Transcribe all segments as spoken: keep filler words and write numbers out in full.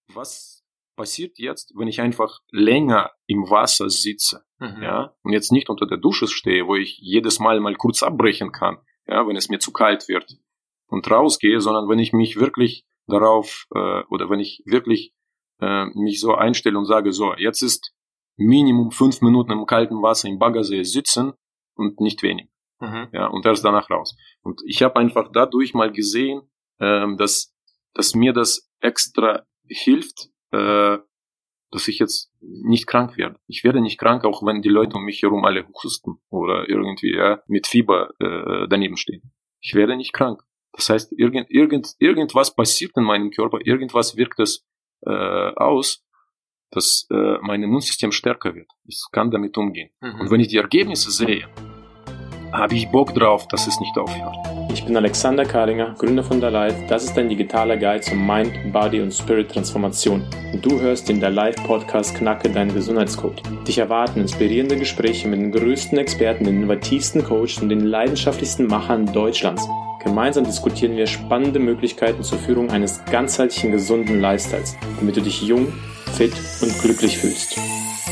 was passiert jetzt, wenn ich einfach länger im Wasser sitze, mhm. ja, und jetzt nicht unter der Dusche stehe, wo ich jedes Mal mal kurz abbrechen kann, ja, wenn es mir zu kalt wird und rausgehe, sondern wenn ich mich wirklich darauf, äh, oder wenn ich wirklich äh, mich so einstelle und sage, so, jetzt ist Minimum fünf Minuten im kalten Wasser im Baggersee sitzen und nicht wenig. Mhm. Ja, und erst danach raus. Und ich habe einfach dadurch mal gesehen, ähm, dass, dass mir das extra hilft, äh, dass ich jetzt nicht krank werde. Ich werde nicht krank, auch wenn die Leute um mich herum alle husten oder irgendwie ja, mit Fieber äh, daneben stehen. Ich werde nicht krank. Das heißt, irgend, irgend, irgendwas passiert in meinem Körper, irgendwas wirkt es äh, aus, dass äh, mein Immunsystem stärker wird. Ich kann damit umgehen. Mhm. Und wenn ich die Ergebnisse sehe, habe ich Bock drauf, dass es nicht aufhört. Ich bin Alexander Kalinger, Gründer von The Life. Das ist dein digitaler Guide zur Mind, Body und Spirit Transformation. Und du hörst den The Life Podcast Knacke deinen Gesundheitscode. Dich erwarten inspirierende Gespräche mit den größten Experten, den innovativsten Coaches und den leidenschaftlichsten Machern Deutschlands. Gemeinsam diskutieren wir spannende Möglichkeiten zur Führung eines ganzheitlichen, gesunden Lifestyles, damit du dich jung, fit und glücklich fühlst.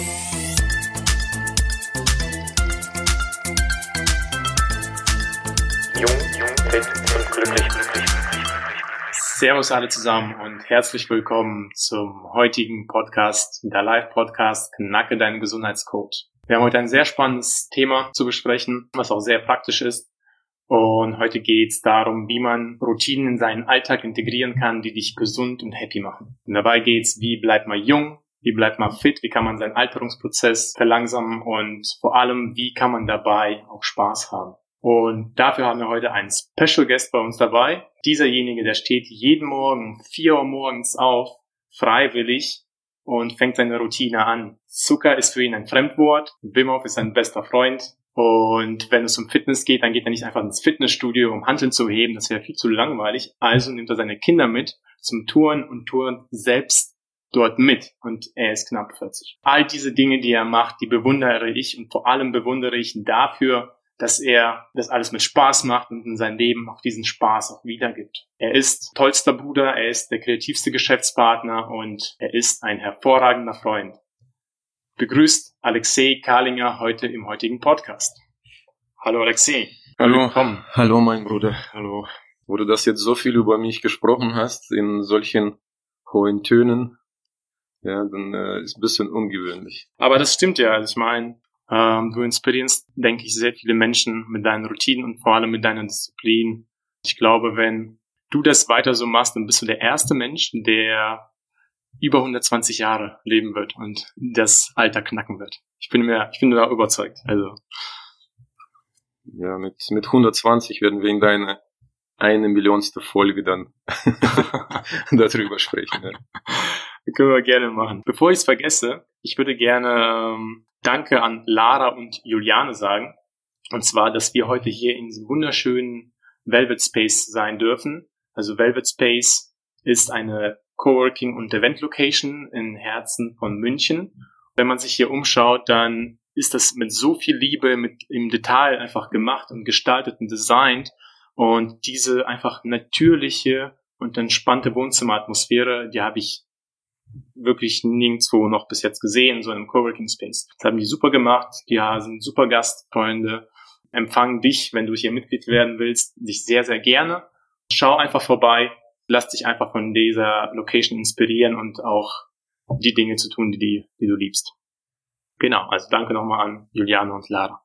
Servus alle zusammen und herzlich willkommen zum heutigen Podcast, der Live-Podcast Knacke deinen Gesundheitscode. Wir haben heute ein sehr spannendes Thema zu besprechen, was auch sehr praktisch ist. Und heute geht es darum, wie man Routinen in seinen Alltag integrieren kann, die dich gesund und happy machen. Und dabei geht es, wie bleibt man jung, wie bleibt man fit, wie kann man seinen Alterungsprozess verlangsamen und vor allem, wie kann man dabei auch Spaß haben. Und dafür haben wir heute einen Special Guest bei uns dabei. Dieserjenige, der steht jeden Morgen um vier Uhr morgens auf, freiwillig, und fängt seine Routine an. Zucker ist für ihn ein Fremdwort, Wim Hof ist sein bester Freund. Und wenn es um Fitness geht, dann geht er nicht einfach ins Fitnessstudio, um Hanteln zu heben, das wäre viel zu langweilig. Also nimmt er seine Kinder mit zum Touren und turnt selbst dort mit. Und er ist knapp vierzig. All diese Dinge, die er macht, die bewundere ich, und vor allem bewundere ich dafür, dass er das alles mit Spaß macht und in sein Leben auch diesen Spaß auch wiedergibt. Er ist tollster Bruder, er ist der kreativste Geschäftspartner und er ist ein hervorragender Freund. Begrüßt Alexei Kalinger heute im heutigen Podcast. Hallo Alexei. Hallo, willkommen. Hallo mein Bruder. Hallo. Wo du das jetzt so viel über mich gesprochen hast, in solchen hohen Tönen, ja, dann äh, ist ein bisschen ungewöhnlich. Aber das stimmt ja. Also ich meine, ähm, du inspirierst, denke ich, sehr viele Menschen mit deinen Routinen und vor allem mit deiner Disziplin. Ich glaube, wenn du das weiter so machst, dann bist du der erste Mensch, der über hundertzwanzig Jahre leben wird und das Alter knacken wird. Ich bin mir, ich bin da überzeugt. Also ja, mit mit hundertzwanzig werden wir in deine eine Millionste Folge dann darüber sprechen. Ja. Können wir gerne machen. Bevor ich es vergesse, ich würde gerne ähm, Danke an Lara und Juliane sagen. Und zwar, dass wir heute hier in diesem wunderschönen Velvet Space sein dürfen. Also Velvet Space ist eine Coworking- und Event-Location im Herzen von München. Wenn man sich hier umschaut, dann ist das mit so viel Liebe, mit im Detail einfach gemacht und gestaltet und designt. Und diese einfach natürliche und entspannte Wohnzimmeratmosphäre, die habe ich wirklich nirgendwo noch bis jetzt gesehen, so in einem Coworking Space. Das haben die super gemacht, die sind super Gastfreunde, empfangen dich, wenn du hier Mitglied werden willst, dich sehr, sehr gerne. Schau einfach vorbei, lass dich einfach von dieser Location inspirieren und auch die Dinge zu tun, die, die, die du liebst. Genau, also danke nochmal an Juliane und Lara.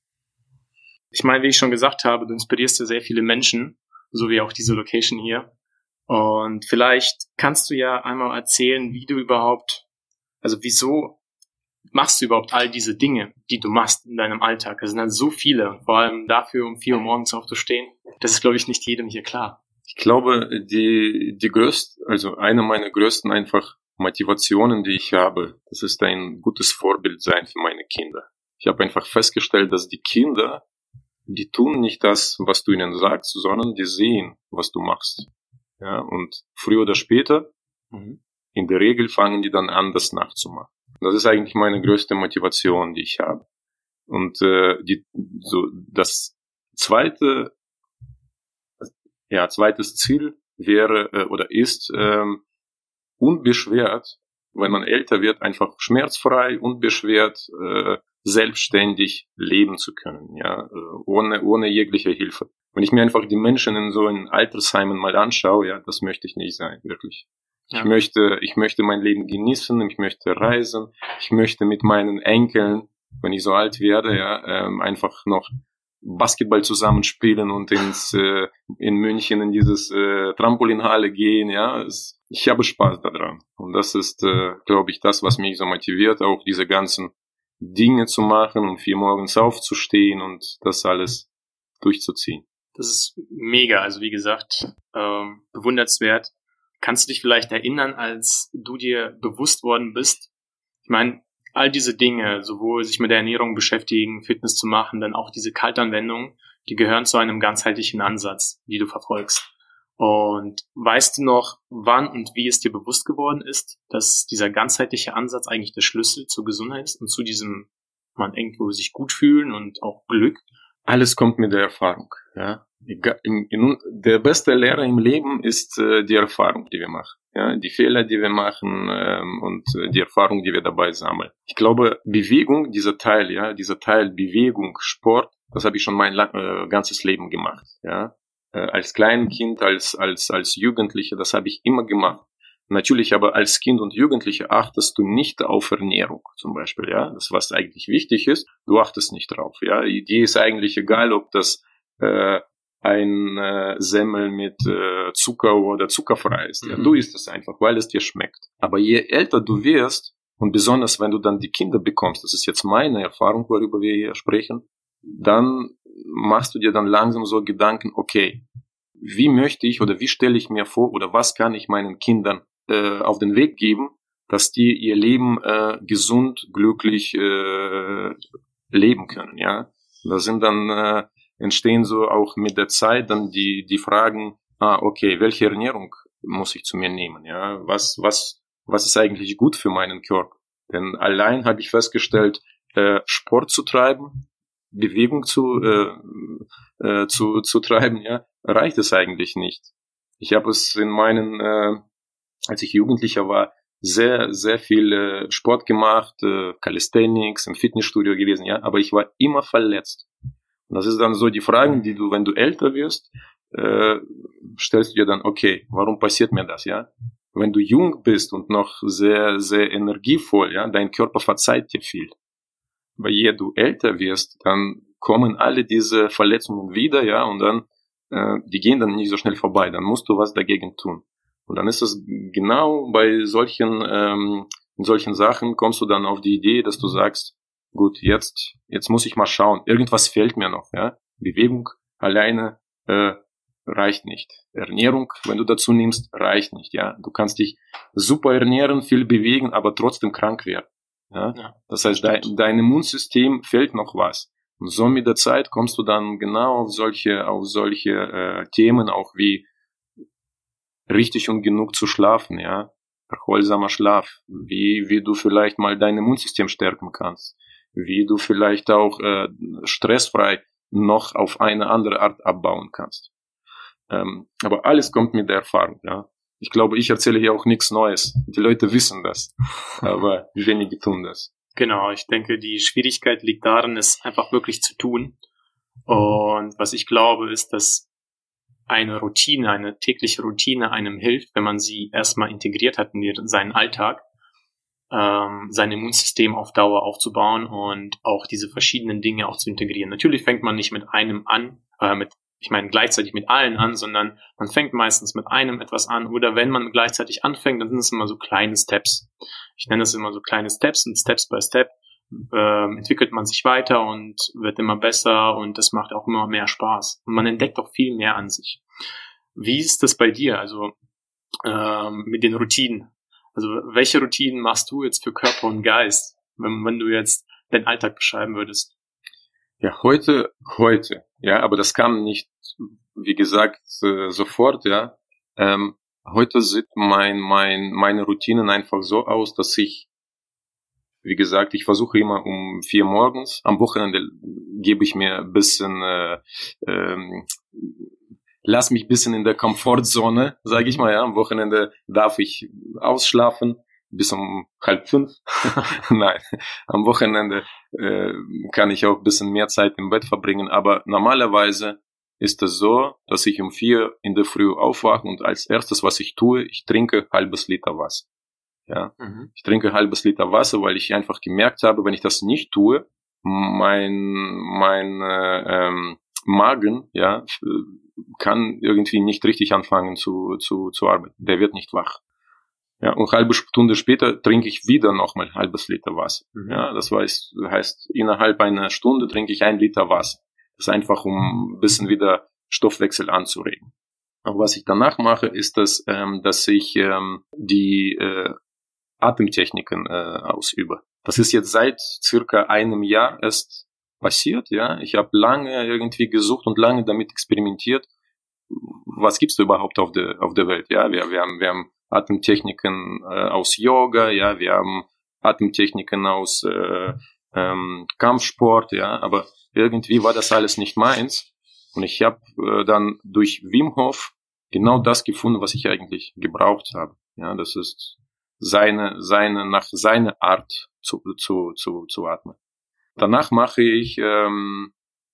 Ich meine, wie ich schon gesagt habe, du inspirierst ja sehr viele Menschen, so wie auch diese Location hier. Und vielleicht kannst du ja einmal erzählen, wie du überhaupt, also wieso machst du überhaupt all diese Dinge, die du machst in deinem Alltag? Es sind halt so viele, vor allem dafür, um vier Uhr morgens aufzustehen. Das ist, glaube ich, nicht jedem hier klar. Ich glaube, die, die größte, also eine meiner größten einfach Motivationen, die ich habe, das ist ein gutes Vorbild sein für meine Kinder. Ich habe einfach festgestellt, dass die Kinder, die tun nicht das, was du ihnen sagst, sondern die sehen, was du machst. Ja, und früher oder später, mhm. in der Regel fangen die dann an, das nachzumachen. Das ist eigentlich meine größte Motivation, die ich habe. Und äh, die, so das zweite, ja, zweites Ziel wäre äh, oder ist, ähm, unbeschwert, wenn man älter wird, einfach schmerzfrei, unbeschwert, äh, selbstständig leben zu können, ja, äh, ohne, ohne jegliche Hilfe. Wenn ich mir einfach die Menschen in so einen Altersheimen mal anschaue, ja, das möchte ich nicht sein, wirklich. Ja. Ich möchte, ich möchte mein Leben genießen, ich möchte reisen, ich möchte mit meinen Enkeln, wenn ich so alt werde, ja, ähm, einfach noch Basketball zusammenspielen und ins äh, in München in dieses äh, Trampolinhalle gehen, ja, es, ich habe Spaß daran und das ist, äh, glaube ich, das, was mich so motiviert, auch diese ganzen Dinge zu machen, um vier morgens aufzustehen und das alles durchzuziehen. Das ist mega, also wie gesagt, ähm, bewundernswert. Kannst du dich vielleicht erinnern, als du dir bewusst worden bist, ich meine, all diese Dinge, sowohl sich mit der Ernährung beschäftigen, Fitness zu machen, dann auch diese Kaltanwendung, die gehören zu einem ganzheitlichen Ansatz, die du verfolgst. Und weißt du noch, wann und wie es dir bewusst geworden ist, dass dieser ganzheitliche Ansatz eigentlich der Schlüssel zur Gesundheit ist und zu diesem, man irgendwo sich gut fühlen und auch Glück? Alles kommt mit der Erfahrung, ja. In, in, der beste Lehrer im Leben ist äh, die Erfahrung, die wir machen, ja, die Fehler, die wir machen ähm, und äh, die Erfahrung, die wir dabei sammeln. Ich glaube, Bewegung, dieser Teil, ja, dieser Teil Bewegung, Sport, das habe ich schon mein äh, ganzes Leben gemacht, ja, äh, als Kleinkind, als als als Jugendlicher, das habe ich immer gemacht. Natürlich, aber als Kind und Jugendlicher achtest du nicht auf Ernährung, zum Beispiel, ja, das was eigentlich wichtig ist, du achtest nicht drauf, ja, dir ist eigentlich egal, ob das äh, ein äh, Semmel mit äh, Zucker oder zuckerfrei ist. Ja, mhm. Du isst es einfach, weil es dir schmeckt. Aber je älter du wirst, und besonders wenn du dann die Kinder bekommst, das ist jetzt meine Erfahrung, worüber wir hier sprechen, dann machst du dir dann langsam so Gedanken, okay, wie möchte ich oder wie stelle ich mir vor oder was kann ich meinen Kindern äh, auf den Weg geben, dass die ihr Leben äh, gesund, glücklich äh, leben können. Ja, da sind dann äh, entstehen so auch mit der Zeit dann die die Fragen, ah, okay, welche Ernährung muss ich zu mir nehmen, ja, was was was ist eigentlich gut für meinen Körper? Denn allein habe ich festgestellt, äh, Sport zu treiben, Bewegung zu äh, äh, zu zu treiben, ja, reicht es eigentlich nicht. Ich habe es in meinen, äh, als ich Jugendlicher war, sehr sehr viel äh, Sport gemacht, äh, Calisthenics im Fitnessstudio gewesen, ja, aber ich war immer verletzt. Und das ist dann so die Fragen, die du, wenn du älter wirst, äh, stellst du dir dann, okay, warum passiert mir das, ja? Wenn du jung bist und noch sehr, sehr energievoll, ja, dein Körper verzeiht dir viel. Aber je du älter wirst, dann kommen alle diese Verletzungen wieder, ja, und dann, äh, die gehen dann nicht so schnell vorbei, dann musst du was dagegen tun. Und dann ist es genau bei solchen, ähm, in solchen Sachen kommst du dann auf die Idee, dass du sagst, gut, jetzt, jetzt muss ich mal schauen. Irgendwas fehlt mir noch, ja. Bewegung alleine äh, reicht nicht. Ernährung, wenn du dazu nimmst, reicht nicht, ja. Du kannst dich super ernähren, viel bewegen, aber trotzdem krank werden. Ja. Ja, das heißt, dein, dein Immunsystem fehlt noch was. Und so mit der Zeit kommst du dann genau auf solche, auf solche äh, Themen, auch wie richtig und genug zu schlafen, ja. Erholsamer Schlaf, wie, wie du vielleicht mal dein Immunsystem stärken kannst, wie du vielleicht auch äh, stressfrei noch auf eine andere Art abbauen kannst. Ähm, aber alles kommt mit der Erfahrung, ja. Ich glaube, ich erzähle hier auch nichts Neues. Die Leute wissen das, aber wenige tun das. Genau, ich denke, die Schwierigkeit liegt darin, es einfach wirklich zu tun. Und was ich glaube, ist, dass eine Routine, eine tägliche Routine einem hilft, wenn man sie erstmal integriert hat in seinen Alltag, ähm, sein Immunsystem auf Dauer aufzubauen und auch diese verschiedenen Dinge auch zu integrieren. Natürlich fängt man nicht mit einem an, äh, mit, ich meine gleichzeitig mit allen an, sondern man fängt meistens mit einem etwas an oder wenn man gleichzeitig anfängt, dann sind es immer so kleine Steps. Ich nenne es immer so kleine Steps und Steps by Step äh, entwickelt man sich weiter und wird immer besser und das macht auch immer mehr Spaß. Und man entdeckt auch viel mehr an sich. Wie ist das bei dir, also ähm, mit den Routinen? Also welche Routinen machst du jetzt für Körper und Geist, wenn, wenn du jetzt deinen Alltag beschreiben würdest? Ja, heute, heute, ja, aber das kam nicht, wie gesagt, äh, sofort, ja. Ähm, heute sieht mein, mein, meine Routinen einfach so aus, dass ich, wie gesagt, ich versuche immer um vier morgens, am Wochenende gebe ich mir ein bisschen, äh, ähm, lass mich ein bisschen in der Komfortzone, sage ich mal, ja, am Wochenende darf ich ausschlafen, bis um halb fünf. Nein, am Wochenende äh, kann ich auch ein bisschen mehr Zeit im Bett verbringen, aber normalerweise ist es so, dass ich um vier in der Früh aufwache und als erstes, was ich tue, ich trinke halbes Liter Wasser. Ja, mhm. Ich trinke halbes Liter Wasser, weil ich einfach gemerkt habe, wenn ich das nicht tue, mein mein äh, ähm, Magen, ja, kann irgendwie nicht richtig anfangen zu zu zu arbeiten. Der wird nicht wach. Ja, und eine halbe Stunde später trinke ich wieder nochmal halbes Liter Wasser. Mhm. Ja, das heißt, heißt, innerhalb einer Stunde trinke ich ein Liter Wasser. Das ist einfach, um ein bisschen wieder Stoffwechsel anzuregen. Und was ich danach mache, ist, das, ähm, dass ich ähm, die äh, Atemtechniken äh, ausübe. Das ist jetzt seit circa einem Jahr erst passiert. Ja, ich habe lange irgendwie gesucht und lange damit experimentiert. Was gibt's da überhaupt auf der auf der Welt? Ja, wir, wir haben wir haben Atemtechniken äh, aus Yoga, ja, wir haben Atemtechniken aus äh, ähm, Kampfsport, ja, aber irgendwie war das alles nicht meins. Und ich habe äh, dann durch Wim Hof genau das gefunden, was ich eigentlich gebraucht habe. Ja, das ist seine, seine, nach seiner Art zu, zu, zu, zu atmen. Danach mache ich, ähm,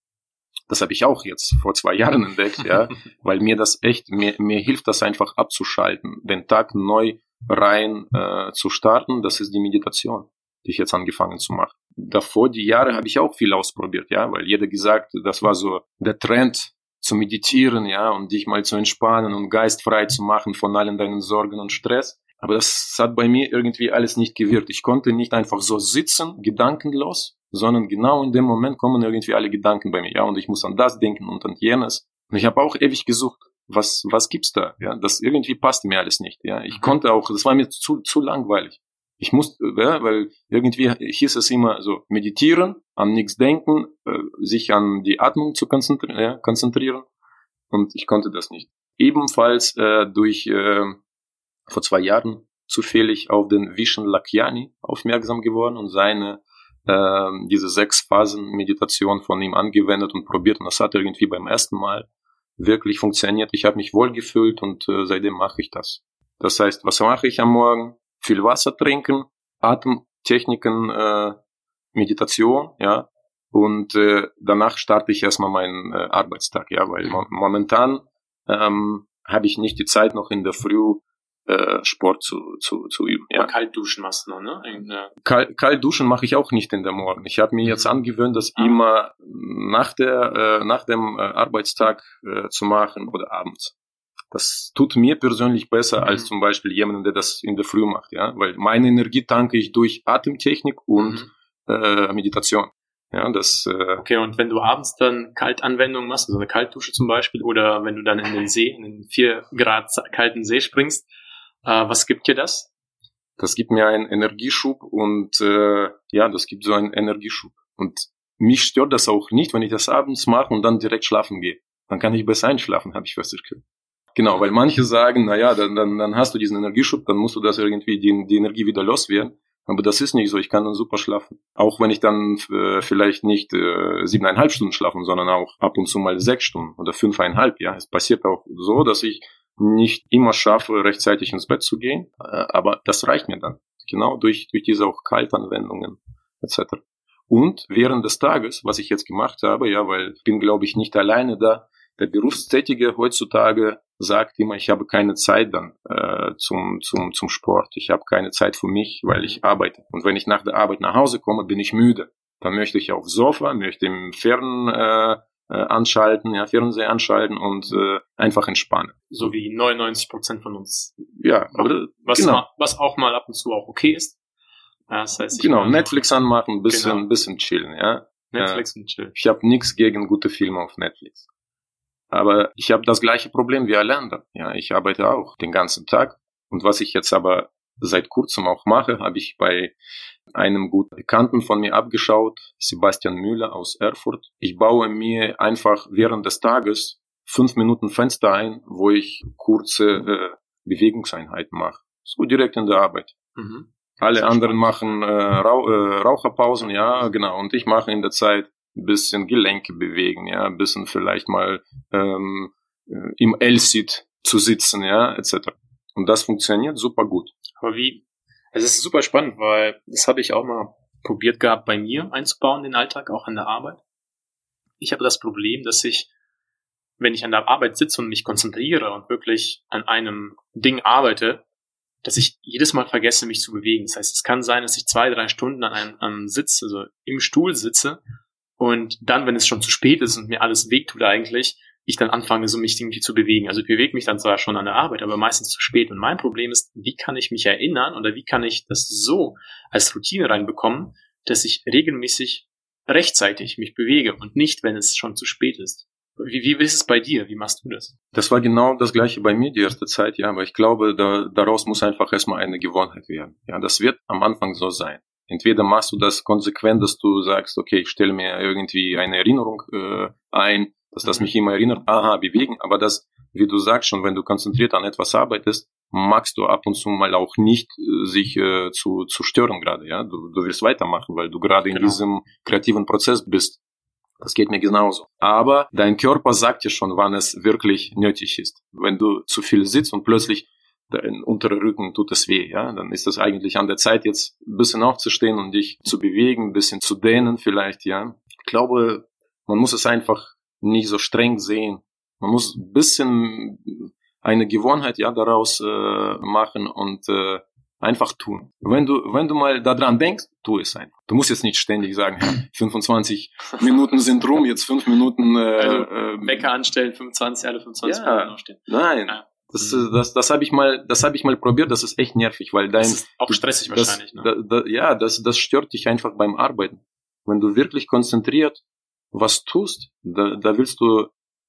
das habe ich auch jetzt vor zwei Jahren entdeckt, ja, weil mir das echt, mir, mir hilft das einfach abzuschalten, den Tag neu rein äh, zu starten. Das ist die Meditation, die ich jetzt angefangen zu machen. Davor, die Jahre, habe ich auch viel ausprobiert, ja, weil jeder gesagt, das war so der Trend zu meditieren, ja, und dich mal zu entspannen und geistfrei zu machen von allen deinen Sorgen und Stress. Aber das hat bei mir irgendwie alles nicht gewirkt. Ich konnte nicht einfach so sitzen, gedankenlos, sondern genau in dem Moment kommen irgendwie alle Gedanken bei mir, ja, und ich muss an das denken und an jenes. Und ich habe auch ewig gesucht, was was gibt's da, ja, das irgendwie passte mir alles nicht, ja. Ich konnte auch, das war mir zu zu langweilig. Ich musste, ja, weil irgendwie hieß es immer so, meditieren, an nichts denken, äh, sich an die Atmung zu konzentrieren, ja, konzentrieren. Und ich konnte das nicht. Ebenfalls äh, durch äh, vor zwei Jahren zufällig auf den Vishen Lakhiani aufmerksam geworden und seine äh, diese sechs Phasen Meditation von ihm angewendet und probiert. Und das hat irgendwie beim ersten Mal wirklich funktioniert. Ich habe mich wohl gefühlt und äh, seitdem mache ich das. Das heißt, was mache ich am Morgen? Viel Wasser trinken, Atemtechniken, äh, Meditation, ja, und äh, danach starte ich erstmal meinen äh, Arbeitstag, ja, weil mo- momentan ähm, habe ich nicht die Zeit, noch in der Früh äh, Sport zu zu zu üben. Ja. Aber kalt duschen machst du noch, ne? Irgende... Kalt, kalt duschen mache ich auch nicht in der Morgen. Ich habe mir jetzt angewöhnt, das ah. immer nach der äh, nach dem äh, Arbeitstag äh, zu machen oder abends. Das tut mir persönlich besser mhm. als zum Beispiel jemanden, der das in der Früh macht, ja, weil meine Energie tanke ich durch Atemtechnik und mhm. äh, Meditation. Ja, das. Äh, okay, und wenn du abends dann Kaltanwendungen machst, also eine Kaltdusche zum Beispiel, oder wenn du dann in den See, in den vier Grad kalten See springst, äh, was gibt dir das? Das gibt mir einen Energieschub und äh, ja, das gibt so einen Energieschub. Und mich stört das auch nicht, wenn ich das abends mache und dann direkt schlafen gehe. Dann kann ich besser einschlafen, habe ich festgestellt. Genau, weil manche sagen, na ja, dann, dann, dann hast du diesen Energieschub, dann musst du das irgendwie, die, die Energie wieder loswerden. Aber das ist nicht so, ich kann dann super schlafen. Auch wenn ich dann äh, vielleicht nicht äh, siebeneinhalb Stunden schlafen, sondern auch ab und zu mal sechs Stunden oder fünfeinhalb, ja. Es passiert auch so, dass ich nicht immer schaffe, rechtzeitig ins Bett zu gehen, äh, aber das reicht mir dann. Genau durch, durch diese auch Kaltanwendungen et cetera. Und während des Tages, was ich jetzt gemacht habe, ja, weil ich bin, glaube ich, nicht alleine da, der Berufstätige heutzutage sagt immer, ich habe keine Zeit dann äh, zum zum zum Sport. Ich habe keine Zeit für mich, weil ich arbeite. Und wenn ich nach der Arbeit nach Hause komme, bin ich müde. Dann möchte ich aufs Sofa, möchte im Fern äh, äh, anschalten, ja, Fernseher anschalten und äh, einfach entspannen. So wie neunundneunzig Prozent von uns. Ja, aber was, genau. mal, was auch mal ab und zu auch okay ist. Ja, das heißt, genau, Netflix anmachen, bisschen genau. bisschen chillen, ja. Netflix und chillen. Ich habe nichts gegen gute Filme auf Netflix. Aber ich habe das gleiche Problem wie alle anderen. Ja, ich arbeite auch den ganzen Tag. Und was ich jetzt aber seit kurzem auch mache, habe ich bei einem guten Bekannten von mir abgeschaut, Sebastian Müller aus Erfurt. Ich baue mir einfach während des Tages fünf Minuten Fenster ein, wo ich kurze äh, Bewegungseinheiten mache. So direkt in der Arbeit. Mhm. Alle anderen machen äh, Rauch, äh, Raucherpausen, ja, genau. Und ich mache in der Zeit ein bisschen Gelenke bewegen, ja, ein bisschen vielleicht mal ähm, äh, im L-Sit zu sitzen, ja, et cetera. Und das funktioniert super gut. Aber wie, es ist super spannend, weil das habe ich auch mal probiert gehabt, bei mir einzubauen, den Alltag, auch an der Arbeit. Ich habe das Problem, dass ich, wenn ich an der Arbeit sitze und mich konzentriere und wirklich an einem Ding arbeite, dass ich jedes Mal vergesse, mich zu bewegen. Das heißt, es kann sein, dass ich zwei, drei Stunden an einem, an einem Sitz, also im Stuhl sitze und dann, wenn es schon zu spät ist und mir alles wehtut eigentlich, ich dann anfange, so mich irgendwie zu bewegen. Also ich bewege mich dann zwar schon an der Arbeit, aber meistens zu spät. Und mein Problem ist, wie kann ich mich erinnern oder wie kann ich das so als Routine reinbekommen, dass ich regelmäßig rechtzeitig mich bewege und nicht, wenn es schon zu spät ist. Wie, wie ist es bei dir? Wie machst du das? Das war genau das Gleiche bei mir die erste Zeit, ja, aber ich glaube, da, daraus muss einfach erstmal eine Gewohnheit werden. Ja, das wird am Anfang so sein. Entweder machst du das konsequent, dass du sagst, okay, ich stelle mir irgendwie eine Erinnerung äh, ein, dass das mich immer erinnert, aha, bewegen, aber das, wie du sagst schon, wenn du konzentriert an etwas arbeitest, magst du ab und zu mal auch nicht äh, sich äh, zu, zu stören gerade, ja, du, du willst weitermachen, weil du gerade in Genau. diesem kreativen Prozess bist. Das geht mir genauso. Aber dein Körper sagt dir schon, wann es wirklich nötig ist. Wenn du zu viel sitzt und plötzlich dein unterer Rücken tut es weh, ja, dann ist das eigentlich an der Zeit, jetzt ein bisschen aufzustehen und dich zu bewegen, ein bisschen zu dehnen vielleicht, ja. Ich glaube, man muss es einfach nicht so streng sehen. Man muss ein bisschen eine Gewohnheit, ja, daraus äh, machen und äh, einfach tun. Wenn du, wenn du mal daran denkst, tu es einfach. Du musst jetzt nicht ständig sagen, fünfundzwanzig Minuten sind rum, jetzt fünf Minuten. Äh, also äh, Wecker anstellen, fünfundzwanzig, alle fünfundzwanzig ja, Minuten aufstehen. Nein. Ja. Das, das, das habe ich mal, das habe ich mal probiert. Das ist echt nervig, weil dein, das ist auch stressig das, wahrscheinlich. Ne? Da, da, ja, das, das stört dich einfach beim Arbeiten. Wenn du wirklich konzentriert was tust, da, da willst du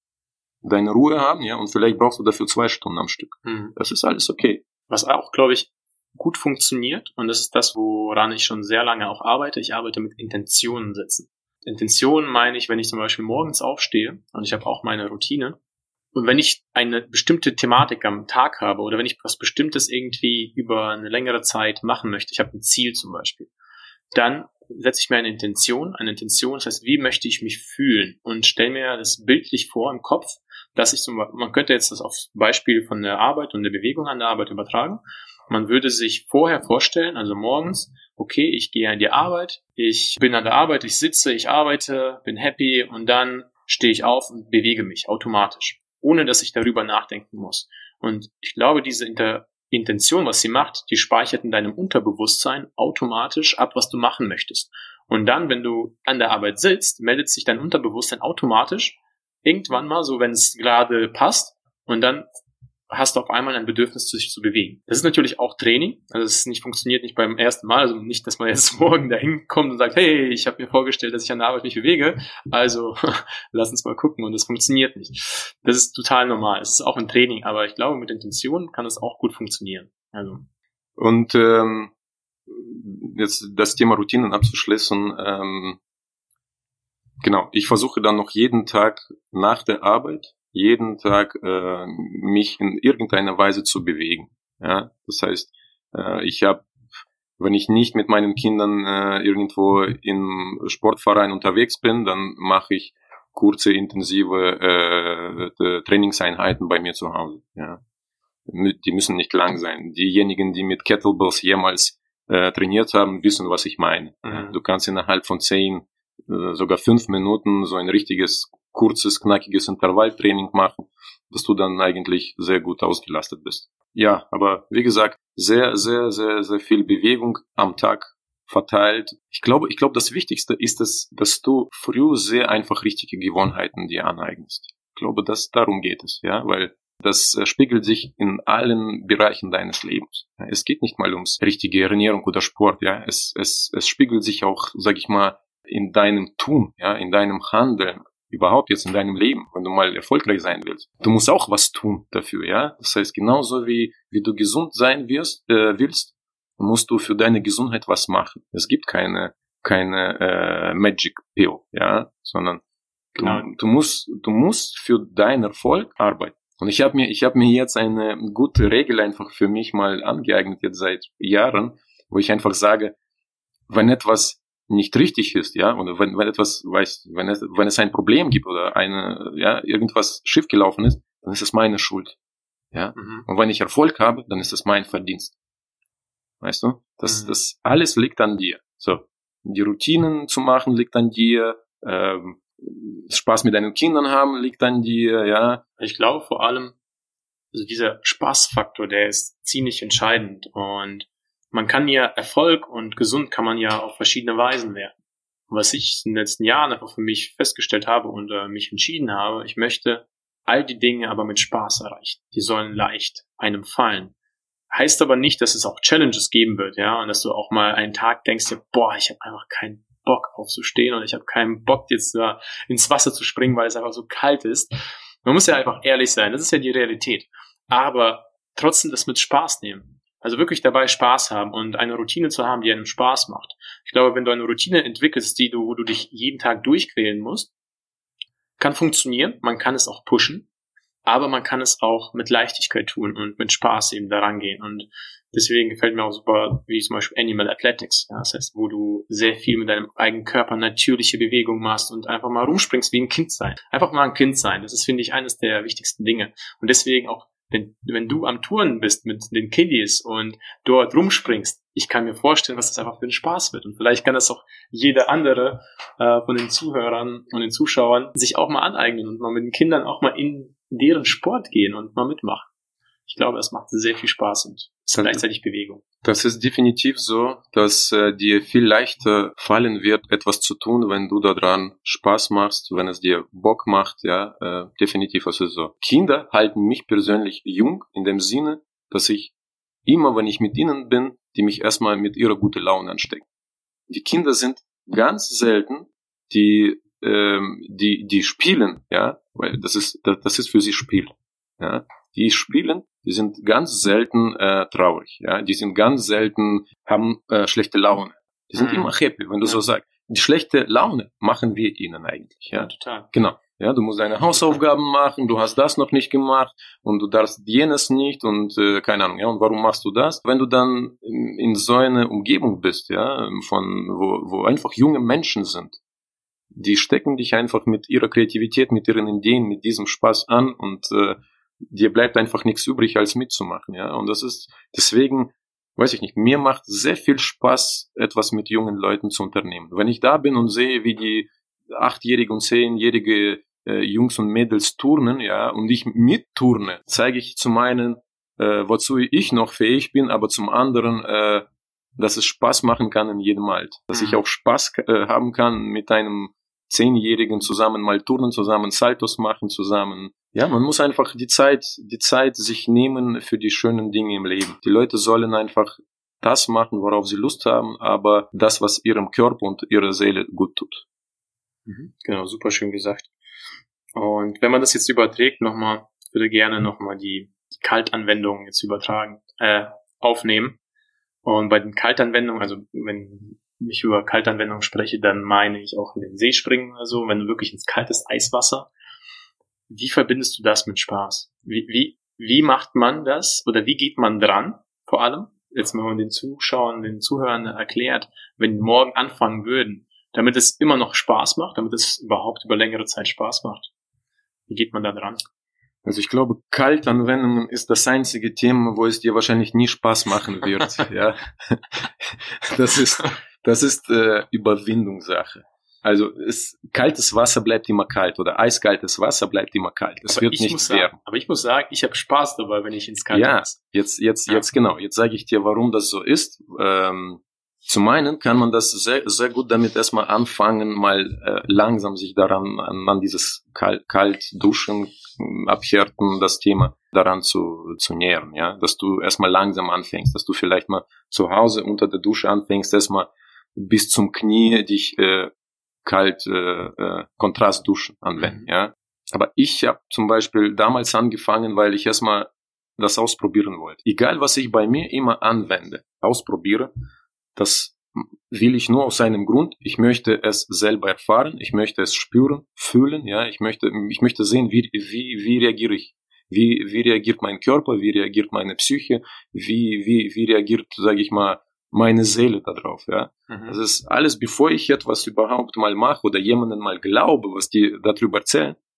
deine Ruhe haben, ja, und vielleicht brauchst du dafür zwei Stunden am Stück. Mhm. Das ist alles okay. Was auch, glaube ich, gut funktioniert, und das ist das, woran ich schon sehr lange auch arbeite, ich arbeite mit Intentionen setzen. Intentionen meine ich, wenn ich zum Beispiel morgens aufstehe, und ich habe auch meine Routine, und wenn ich eine bestimmte Thematik am Tag habe, oder wenn ich was Bestimmtes irgendwie über eine längere Zeit machen möchte, ich habe ein Ziel zum Beispiel, dann setze ich mir eine Intention, eine Intention, das heißt, wie möchte ich mich fühlen, und stelle mir das bildlich vor im Kopf, dass ich zum Beispiel, man könnte jetzt das auf Beispiel von der Arbeit und der Bewegung an der Arbeit übertragen. Man würde sich vorher vorstellen, also morgens, okay, ich gehe an die Arbeit, ich bin an der Arbeit, ich sitze, ich arbeite, bin happy, und dann stehe ich auf und bewege mich automatisch, ohne dass ich darüber nachdenken muss. Und ich glaube, diese Inter- Intention, was sie macht, die speichert in deinem Unterbewusstsein automatisch ab, was du machen möchtest. Und dann, wenn du an der Arbeit sitzt, meldet sich dein Unterbewusstsein automatisch irgendwann mal, so wenn es gerade passt, und dann hast du auf einmal ein Bedürfnis, sich zu bewegen. Das ist natürlich auch Training, also es nicht funktioniert nicht beim ersten Mal, also nicht, dass man jetzt morgen dahin kommt und sagt, hey, ich habe mir vorgestellt, dass ich an der Arbeit mich bewege, also lass uns mal gucken, und das funktioniert nicht. Das ist total normal, es ist auch ein Training, aber ich glaube, mit Intention kann es auch gut funktionieren. Also. Und ähm, jetzt das Thema Routinen abzuschließen, ähm, genau, ich versuche dann noch jeden Tag nach der Arbeit jeden Tag äh, mich in irgendeiner Weise zu bewegen. Ja, das heißt, äh, ich habe, wenn ich nicht mit meinen Kindern äh, irgendwo im Sportverein unterwegs bin, dann mache ich kurze, intensive äh, Trainingseinheiten bei mir zu Hause. Ja, die müssen nicht lang sein. Diejenigen, die mit Kettlebells jemals äh, trainiert haben, wissen, was ich meine. Mhm. Du kannst innerhalb von zehn, äh, sogar fünf Minuten so ein richtiges kurzes, knackiges Intervalltraining machen, dass du dann eigentlich sehr gut ausgelastet bist. Ja, aber wie gesagt, sehr, sehr, sehr, sehr viel Bewegung am Tag verteilt. Ich glaube, ich glaube, das Wichtigste ist es, dass du früh sehr einfach richtige Gewohnheiten dir aneignest. Ich glaube, dass darum geht es, ja, weil das äh, spiegelt sich in allen Bereichen deines Lebens. Ja, es geht nicht mal ums richtige Ernährung oder Sport, ja, es, es, es spiegelt sich auch, sag ich mal, in deinem Tun, ja, in deinem Handeln, überhaupt jetzt in deinem Leben, wenn du mal erfolgreich sein willst. Du musst auch was tun dafür, ja. Das heißt, genauso wie, wie du gesund sein wirst, äh, willst, musst du für deine Gesundheit was machen. Es gibt keine, keine äh, Magic Pill, ja, sondern du, genau. du musst, du musst für deinen Erfolg arbeiten. Und ich habe mir, ich habe mir jetzt eine gute Regel einfach für mich mal angeeignet, jetzt seit Jahren, wo ich einfach sage, wenn etwas nicht richtig ist, ja, oder wenn, wenn etwas, weiß, wenn es, wenn es ein Problem gibt oder eine, ja, irgendwas schiefgelaufen ist, dann ist es meine Schuld. Ja? Mhm. Und wenn ich Erfolg habe, dann ist es mein Verdienst. Weißt du? Das, Mhm. das alles liegt an dir. So, die Routinen zu machen liegt an dir, ähm, Spaß mit deinen Kindern haben liegt an dir, ja. Ich glaube vor allem, also dieser Spaßfaktor, der ist ziemlich entscheidend und man kann ja Erfolg und gesund kann man ja auf verschiedene Weisen werden. Was ich in den letzten Jahren einfach für mich festgestellt habe und äh, mich entschieden habe, ich möchte all die Dinge aber mit Spaß erreichen. Die sollen leicht einem fallen. Heißt aber nicht, dass es auch Challenges geben wird, ja, und dass du auch mal einen Tag denkst, boah, ich habe einfach keinen Bock aufzustehen und ich habe keinen Bock jetzt da ins Wasser zu springen, weil es einfach so kalt ist. Man muss ja einfach ehrlich sein, das ist ja die Realität. Aber trotzdem das mit Spaß nehmen. Also wirklich dabei Spaß haben und eine Routine zu haben, die einem Spaß macht. Ich glaube, wenn du eine Routine entwickelst, die du, wo du dich jeden Tag durchquälen musst, kann funktionieren, man kann es auch pushen, aber man kann es auch mit Leichtigkeit tun und mit Spaß eben daran gehen. Und deswegen gefällt mir auch super, wie zum Beispiel Animal Athletics. Ja, das heißt, wo du sehr viel mit deinem eigenen Körper natürliche Bewegung machst und einfach mal rumspringst wie ein Kind sein. Einfach mal ein Kind sein. Das ist, finde ich, eines der wichtigsten Dinge. Und deswegen auch, wenn, wenn du am Touren bist mit den Kiddies und dort rumspringst, ich kann mir vorstellen, was das einfach für ein Spaß wird. Und vielleicht kann das auch jeder andere äh, von den Zuhörern und den Zuschauern sich auch mal aneignen und mal mit den Kindern auch mal in deren Sport gehen und mal mitmachen. Ich glaube, das macht sehr viel Spaß und ist gleichzeitig Bewegung. Das ist definitiv so, dass äh, dir viel leichter fallen wird, etwas zu tun, wenn du daran Spaß machst, wenn es dir Bock macht, ja, äh, definitiv ist es so. Kinder halten mich persönlich jung in dem Sinne, dass ich immer, wenn ich mit ihnen bin, die mich erstmal mit ihrer guten Laune anstecken. Die Kinder sind ganz selten, die, ähm, die, die spielen, ja, weil das ist, das, das ist für sie Spiel, ja. Die spielen, die sind ganz selten äh, traurig, ja, die sind ganz selten, haben äh, schlechte Laune. Die sind mhm. immer happy, wenn du ja. so sagst. Die schlechte Laune machen wir ihnen eigentlich, ja. Ja, total. Genau. Ja, du musst deine Hausaufgaben machen, du hast das noch nicht gemacht und du darfst jenes nicht und äh, keine Ahnung, ja, und warum machst du das? Wenn du dann in, in so einer Umgebung bist, ja, von wo, wo einfach junge Menschen sind, die stecken dich einfach mit ihrer Kreativität, mit ihren Ideen, mit diesem Spaß an und äh, dir bleibt einfach nichts übrig, als mitzumachen, ja, und das ist, deswegen, weiß ich nicht, mir macht sehr viel Spaß, etwas mit jungen Leuten zu unternehmen. Wenn ich da bin und sehe, wie die achtjährige und zehnjährige äh, Jungs und Mädels turnen, ja, und ich mitturne, zeige ich zum einen, äh, wozu ich noch fähig bin, aber zum anderen, äh, dass es Spaß machen kann in jedem Alter. Dass mhm. ich auch Spaß äh, haben kann mit einem Zehnjährigen zusammen mal turnen, zusammen Saltos machen, zusammen. Ja, man muss einfach die Zeit, die Zeit sich nehmen für die schönen Dinge im Leben. Die Leute sollen einfach das machen, worauf sie Lust haben, aber das, was ihrem Körper und ihrer Seele gut tut. Mhm. Genau, super schön gesagt. Und wenn man das jetzt überträgt, nochmal, würde gerne nochmal die, die Kaltanwendungen jetzt übertragen, äh, aufnehmen. Und bei den Kaltanwendungen, also wenn ich über Kaltanwendungen spreche, dann meine ich auch in den See springen, also wenn du wirklich ins kaltes Eiswasser. Wie verbindest du das mit Spaß? Wie, wie, wie macht man das oder wie geht man dran, vor allem, jetzt mal den Zuschauern, den Zuhörern erklärt, wenn die morgen anfangen würden, damit es immer noch Spaß macht, damit es überhaupt über längere Zeit Spaß macht. Wie geht man da dran? Also ich glaube, Kaltanwendungen ist das einzige Thema, wo es dir wahrscheinlich nie Spaß machen wird. Ja, das ist das ist äh, Überwindungssache. Also es, kaltes Wasser bleibt immer kalt oder eiskaltes Wasser bleibt immer kalt. Es wird nicht wärmer. Aber ich muss sagen, ich habe Spaß dabei, wenn ich ins Kalte Ja, jetzt jetzt ja. jetzt genau. Jetzt sage ich dir, warum das so ist. Ähm, Zum einen kann man das sehr, sehr gut damit erstmal anfangen, mal äh, langsam sich daran, an, an dieses Kalt, Kalt duschen, abhärten, das Thema daran zu, zu nähern, ja, dass du erstmal langsam anfängst, dass du vielleicht mal zu Hause unter der Dusche anfängst, erstmal bis zum Knie dich äh, kalt äh, äh, Kontrastduschen anwenden, mhm. ja. Aber ich habe zum Beispiel damals angefangen, weil ich erstmal das ausprobieren wollte. Egal, was ich bei mir immer anwende, ausprobiere, das will ich nur aus einem Grund. Ich möchte es selber erfahren. Ich möchte es spüren, fühlen. Ja, ich möchte, ich möchte sehen, wie, wie, wie reagiere ich? Wie, wie reagiert mein Körper? Wie reagiert meine Psyche? Wie, wie, wie reagiert, sage ich mal, meine Seele darauf? Ja, mhm. Das ist alles, bevor ich etwas überhaupt mal mache oder jemanden mal glaube, was die darüber erzählen,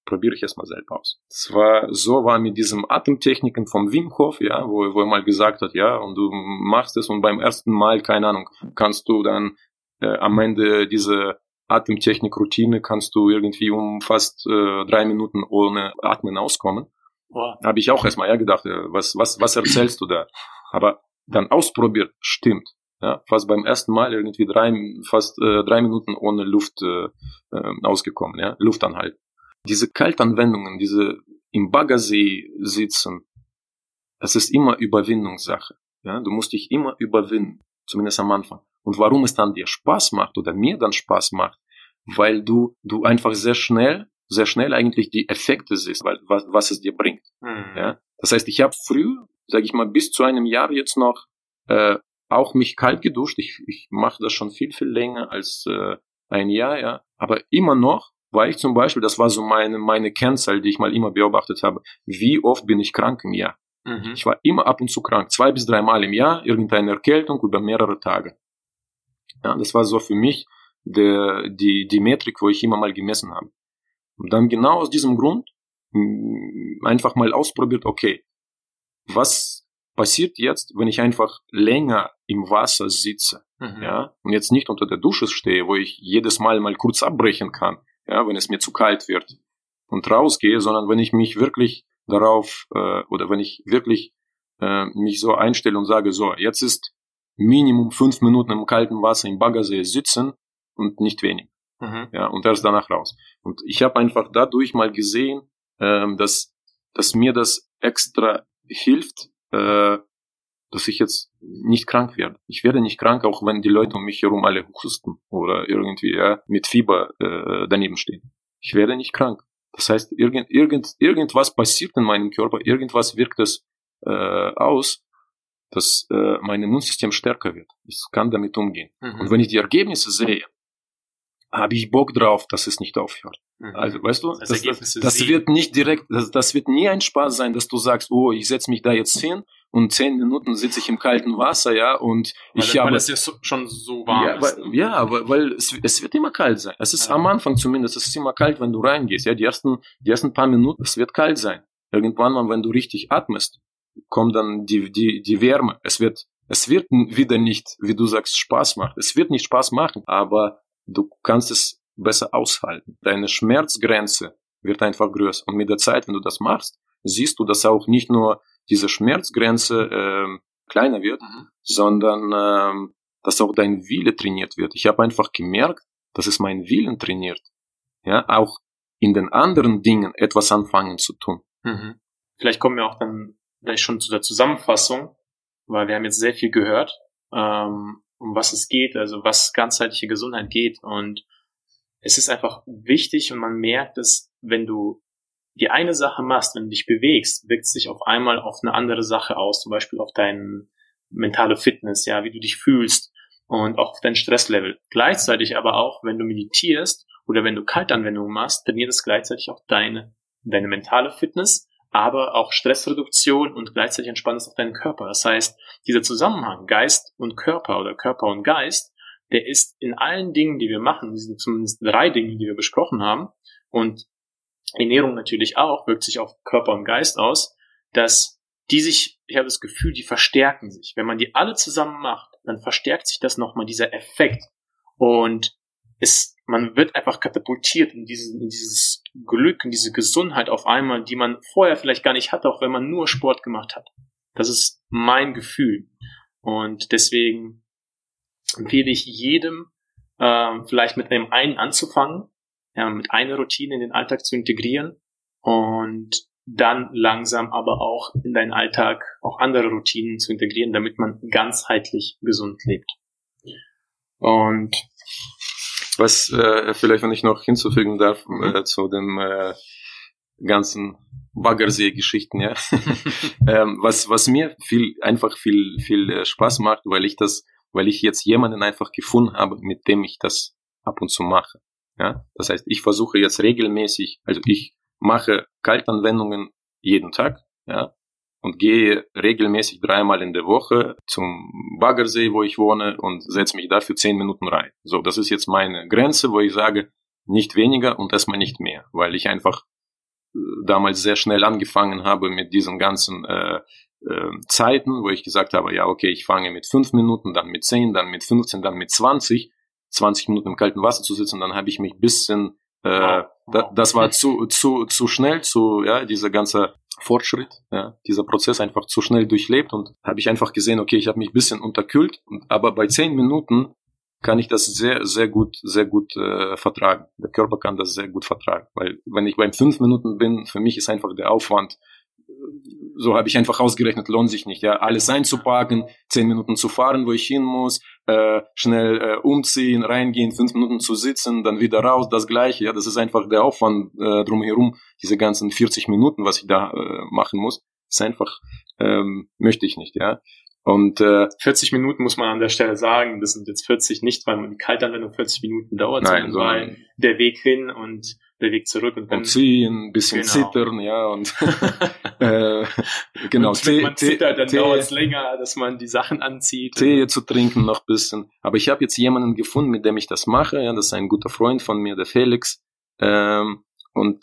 probiere ich erstmal selber aus. Das war, so war mit diesem Atemtechniken vom Wim Hof, ja, wo, wo er mal gesagt hat, ja, und du machst es und beim ersten Mal, keine Ahnung, kannst du dann äh, am Ende diese Atemtechnik-Routine kannst du irgendwie um fast äh, drei Minuten ohne Atmen auskommen. Wow. Habe ich auch erstmal ja gedacht, was, was, was erzählst du da? Aber dann ausprobiert, stimmt. Ja, fast beim ersten Mal irgendwie drei, fast äh, drei Minuten ohne Luft äh, äh, ausgekommen, ja, Luftanhalt. Diese Kaltanwendungen, diese im Baggersee sitzen, das ist immer Überwindungssache. Ja, du musst dich immer überwinden, zumindest am Anfang. Und warum es dann dir Spaß macht oder mir dann Spaß macht, weil du du einfach sehr schnell, sehr schnell eigentlich die Effekte siehst, weil, was, was es dir bringt. Mhm. Ja, das heißt, ich habe früh, sage ich mal, bis zu einem Jahr jetzt noch äh, auch mich kalt geduscht. Ich, ich mache das schon viel, viel länger als äh, ein Jahr, ja. Aber immer noch war ich zum Beispiel, das war so meine, meine Kennzahl, die ich mal immer beobachtet habe, wie oft bin ich krank im Jahr. Mhm. Ich war immer ab und zu krank, zwei bis drei Mal im Jahr, irgendeine Erkältung über mehrere Tage. Ja, das war so für mich der, die, die Metrik, wo ich immer mal gemessen habe. Und dann genau aus diesem Grund mh, einfach mal ausprobiert, okay, was passiert jetzt, wenn ich einfach länger im Wasser sitze, mhm. ja, und jetzt nicht unter der Dusche stehe, wo ich jedes Mal mal kurz abbrechen kann, ja, wenn es mir zu kalt wird und rausgehe, sondern wenn ich mich wirklich darauf, äh, oder wenn ich wirklich äh, mich so einstelle und sage, so, jetzt ist Minimum fünf Minuten im kalten Wasser im Baggersee sitzen und nicht wenig, mhm. ja, und erst danach raus. Und ich habe einfach dadurch mal gesehen, ähm, dass, dass mir das extra hilft, äh, dass ich jetzt nicht krank werde. Ich werde nicht krank, auch wenn die Leute um mich herum alle husten oder irgendwie ja, mit Fieber äh, daneben stehen. Ich werde nicht krank. Das heißt, irgend, irgend, irgendwas passiert in meinem Körper, irgendwas wirkt es äh, aus, dass äh, mein Immunsystem stärker wird. Ich kann damit umgehen. Mhm. Und wenn ich die Ergebnisse sehe, habe ich Bock drauf, dass es nicht aufhört. Mhm. Also, weißt du, das, das, das, das wird nicht direkt, das, das wird nie ein Spaß sein, dass du sagst, oh, ich setze mich da jetzt hin und zehn Minuten sitze ich im kalten Wasser, ja, und weil, ich weil habe... Weil es ja so, schon so warm ja, ist. Weil, ja, aber weil es, es wird immer kalt sein. Es ist ja. Am Anfang zumindest, es ist immer kalt, wenn du reingehst, ja, die ersten, die ersten paar Minuten, es wird kalt sein. Irgendwann mal, wenn du richtig atmest, kommt dann die, die, die Wärme. Es wird, es wird wieder nicht, wie du sagst, Spaß machen. Es wird nicht Spaß machen, aber du kannst es besser aushalten. Deine Schmerzgrenze wird einfach größer. Und mit der Zeit, wenn du das machst, siehst du, dass auch nicht nur diese Schmerzgrenze ähm, kleiner wird, mhm. sondern ähm, dass auch dein Wille trainiert wird. Ich habe einfach gemerkt, dass es meinen Willen trainiert. Ja, auch in den anderen Dingen etwas anfangen zu tun. Mhm. Vielleicht kommen wir auch dann gleich schon zu der Zusammenfassung, weil wir haben jetzt sehr viel gehört, ähm, um was es geht, also was ganzheitliche Gesundheit geht. Und es ist einfach wichtig und man merkt es, wenn du die eine Sache machst, wenn du dich bewegst, wirkt es sich auf einmal auf eine andere Sache aus, zum Beispiel auf deine mentale Fitness, ja, wie du dich fühlst und auch auf dein Stresslevel. Gleichzeitig aber auch, wenn du meditierst oder wenn du Kaltanwendungen machst, trainiert es gleichzeitig auch deine, deine mentale Fitness, aber auch Stressreduktion und gleichzeitig entspannt es auch deinen Körper. Das heißt, dieser Zusammenhang Geist und Körper oder Körper und Geist, der ist in allen Dingen, die wir machen, diesen zumindest drei Dingen, die wir besprochen haben, und Ernährung natürlich auch, wirkt sich auf Körper und Geist aus, dass die sich, ich habe das Gefühl, die verstärken sich. Wenn man die alle zusammen macht, dann verstärkt sich das nochmal, dieser Effekt. Und es, man wird einfach katapultiert in dieses, in dieses Glück, in diese Gesundheit auf einmal, die man vorher vielleicht gar nicht hatte, auch wenn man nur Sport gemacht hat. Das ist mein Gefühl. Und deswegen empfehle ich jedem, äh, vielleicht mit einem einen anzufangen, ja, mit einer Routine in den Alltag zu integrieren und dann langsam aber auch in deinen Alltag auch andere Routinen zu integrieren, damit man ganzheitlich gesund lebt. Und was äh, vielleicht, wenn ich noch hinzufügen darf, äh, zu den äh, ganzen Baggersee-Geschichten, ja, ähm, was was mir viel einfach viel viel äh, Spaß macht, weil ich das, weil ich jetzt jemanden einfach gefunden habe, mit dem ich das ab und zu mache. Ja, das heißt, ich versuche jetzt regelmäßig, also ich mache Kaltanwendungen jeden Tag, ja, und gehe regelmäßig dreimal in der Woche zum Baggersee, wo ich wohne, und setze mich da für zehn Minuten rein. So, das ist jetzt meine Grenze, wo ich sage, nicht weniger und erstmal nicht mehr, weil ich einfach damals sehr schnell angefangen habe mit diesen ganzen äh, äh, Zeiten, wo ich gesagt habe, ja, okay, ich fange mit fünf Minuten, dann mit zehn, dann mit fünfzehn, dann mit zwanzig, zwanzig Minuten im kalten Wasser zu sitzen, dann habe ich mich ein bisschen, äh, da, das war zu, zu, zu schnell, zu, ja, dieser ganze Fortschritt, ja, dieser Prozess einfach zu schnell durchlebt und habe ich einfach gesehen, okay, ich habe mich ein bisschen unterkühlt, aber bei zehn Minuten kann ich das sehr, sehr gut, sehr gut äh, vertragen. Der Körper kann das sehr gut vertragen, weil wenn ich bei fünf Minuten bin, für mich ist einfach der Aufwand, so habe ich einfach ausgerechnet, lohnt sich nicht, ja, alles einzupacken, zehn Minuten zu fahren, wo ich hin muss, äh, schnell äh, umziehen, reingehen, fünf Minuten zu sitzen, dann wieder raus, das Gleiche, ja, das ist einfach der Aufwand äh, drumherum, diese ganzen vierzig Minuten, was ich da äh, machen muss, ist einfach, ähm, möchte ich nicht, ja. Und äh, vierzig Minuten muss man an der Stelle sagen, das sind jetzt vierzig nicht, weil die Kaltanwendung vierzig Minuten dauert, nein, sondern weil der Weg hin und der Weg zurück. Und, und ziehen, ein bisschen genau. zittern, ja, und äh, genau. Und wenn man zittert, dann dauert es länger, dass man die Sachen anzieht. Tee zu trinken noch ein bisschen. Aber ich habe jetzt jemanden gefunden, mit dem ich das mache, ja, das ist ein guter Freund von mir, der Felix, ähm, und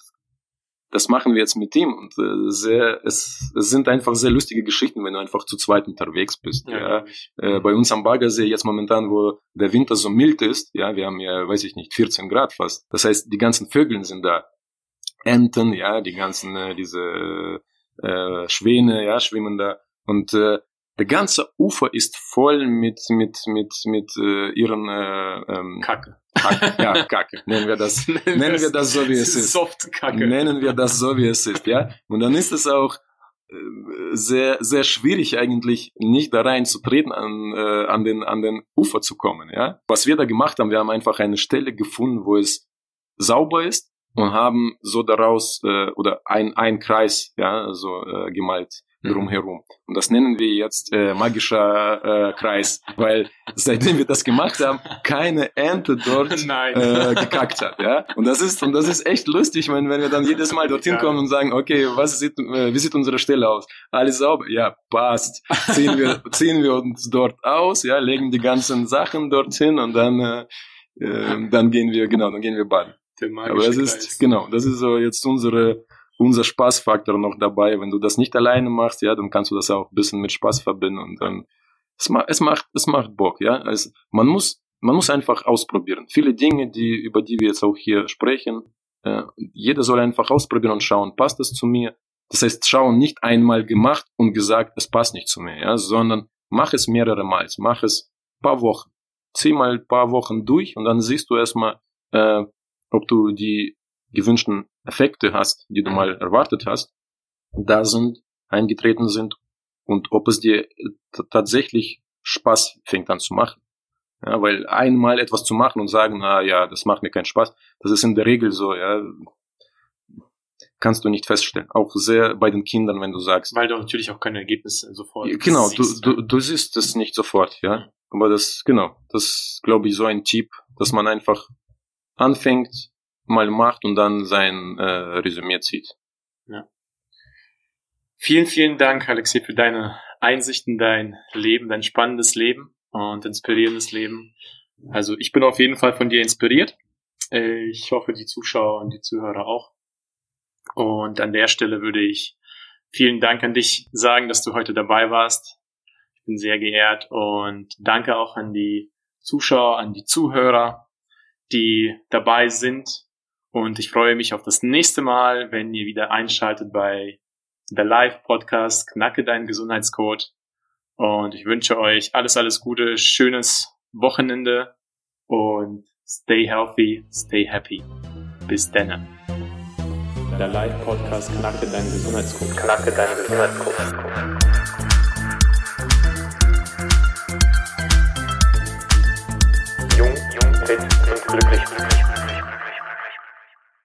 das machen wir jetzt mit ihm und äh, sehr, es, es sind einfach sehr lustige Geschichten, wenn du einfach zu zweit unterwegs bist. Ja. Ja. Äh, bei uns am Baggersee jetzt momentan, wo der Winter so mild ist, ja, wir haben ja, weiß ich nicht, vierzehn Grad fast. Das heißt, die ganzen Vögel sind da. Enten, ja, die ganzen, äh, diese äh, Schwäne, ja, schwimmen da. Und äh, der ganze Ufer ist voll mit mit mit mit äh, ihren äh, ähm, Kacke. Kacke. Ja, Kacke. Nennen wir das, nennen, nennen wir das so, wie es ist. Soft-Kacke. Nennen wir das so, wie es ist, ja. Und dann ist es auch äh, sehr sehr schwierig eigentlich, nicht da reinzutreten, an äh, an den an den Ufer zu kommen, ja. Was wir da gemacht haben, wir haben einfach eine Stelle gefunden, wo es sauber ist und haben so daraus äh, oder ein ein Kreis, ja, so äh, gemalt drumherum. Und das nennen wir jetzt äh, magischer äh, Kreis, weil seitdem wir das gemacht haben, keine Ente dort äh, gekackt hat, ja. Und das ist und das ist echt lustig, wenn, wenn wir dann jedes Mal dorthin kommen und sagen, okay, was sieht, äh, wie sieht unsere Stelle aus? Alles sauber, ja, passt. Ziehen wir ziehen wir uns dort aus, ja, legen die ganzen Sachen dorthin und dann äh, äh, dann gehen wir genau, dann gehen wir baden. Aber das ist Kreis. Genau, das ist so jetzt unsere unser Spaßfaktor noch dabei. Wenn du das nicht alleine machst, ja, dann kannst du das auch ein bisschen mit Spaß verbinden und dann, es macht, es macht, es macht Bock, ja. Also, man muss, man muss einfach ausprobieren. Viele Dinge, die, über die wir jetzt auch hier sprechen, äh, jeder soll einfach ausprobieren und schauen, passt das zu mir? Das heißt, schauen nicht einmal gemacht und gesagt, es passt nicht zu mir, ja, sondern mach es mehrere Mal, mach es ein paar Wochen. Zieh mal ein paar Wochen durch und dann siehst du erstmal, äh, ob du die gewünschten Effekte hast, die du mal erwartet hast, da sind, eingetreten sind und ob es dir t- tatsächlich Spaß fängt an zu machen. Ja, weil einmal etwas zu machen und sagen, na ja, das macht mir keinen Spaß, das ist in der Regel so, ja, kannst du nicht feststellen. Auch sehr bei den Kindern, wenn du sagst. Weil du natürlich auch keine Ergebnisse sofort genau, siehst. Genau, du, du, du siehst es nicht sofort, ja. Aber das, genau, das ist, glaube ich, so ein Tipp, dass man einfach anfängt, mal macht und dann sein äh, Resümee zieht. Ja. Vielen, vielen Dank, Alexei, für deine Einsichten, dein Leben, dein spannendes Leben und inspirierendes Leben. Also ich bin auf jeden Fall von dir inspiriert. Ich hoffe, die Zuschauer und die Zuhörer auch. Und an der Stelle würde ich vielen Dank an dich sagen, dass du heute dabei warst. Ich bin sehr geehrt und danke auch an die Zuschauer, an die Zuhörer, die dabei sind. Und ich freue mich auf das nächste Mal, wenn ihr wieder einschaltet bei der Live-Podcast Knacke deinen Gesundheitscode. Und ich wünsche euch alles, alles Gute, schönes Wochenende und stay healthy, stay happy. Bis dann. Der Live-Podcast Knacke deinen Gesundheitscode. Knacke deinen Gesundheitscode. Jung, jung, fit und glücklich.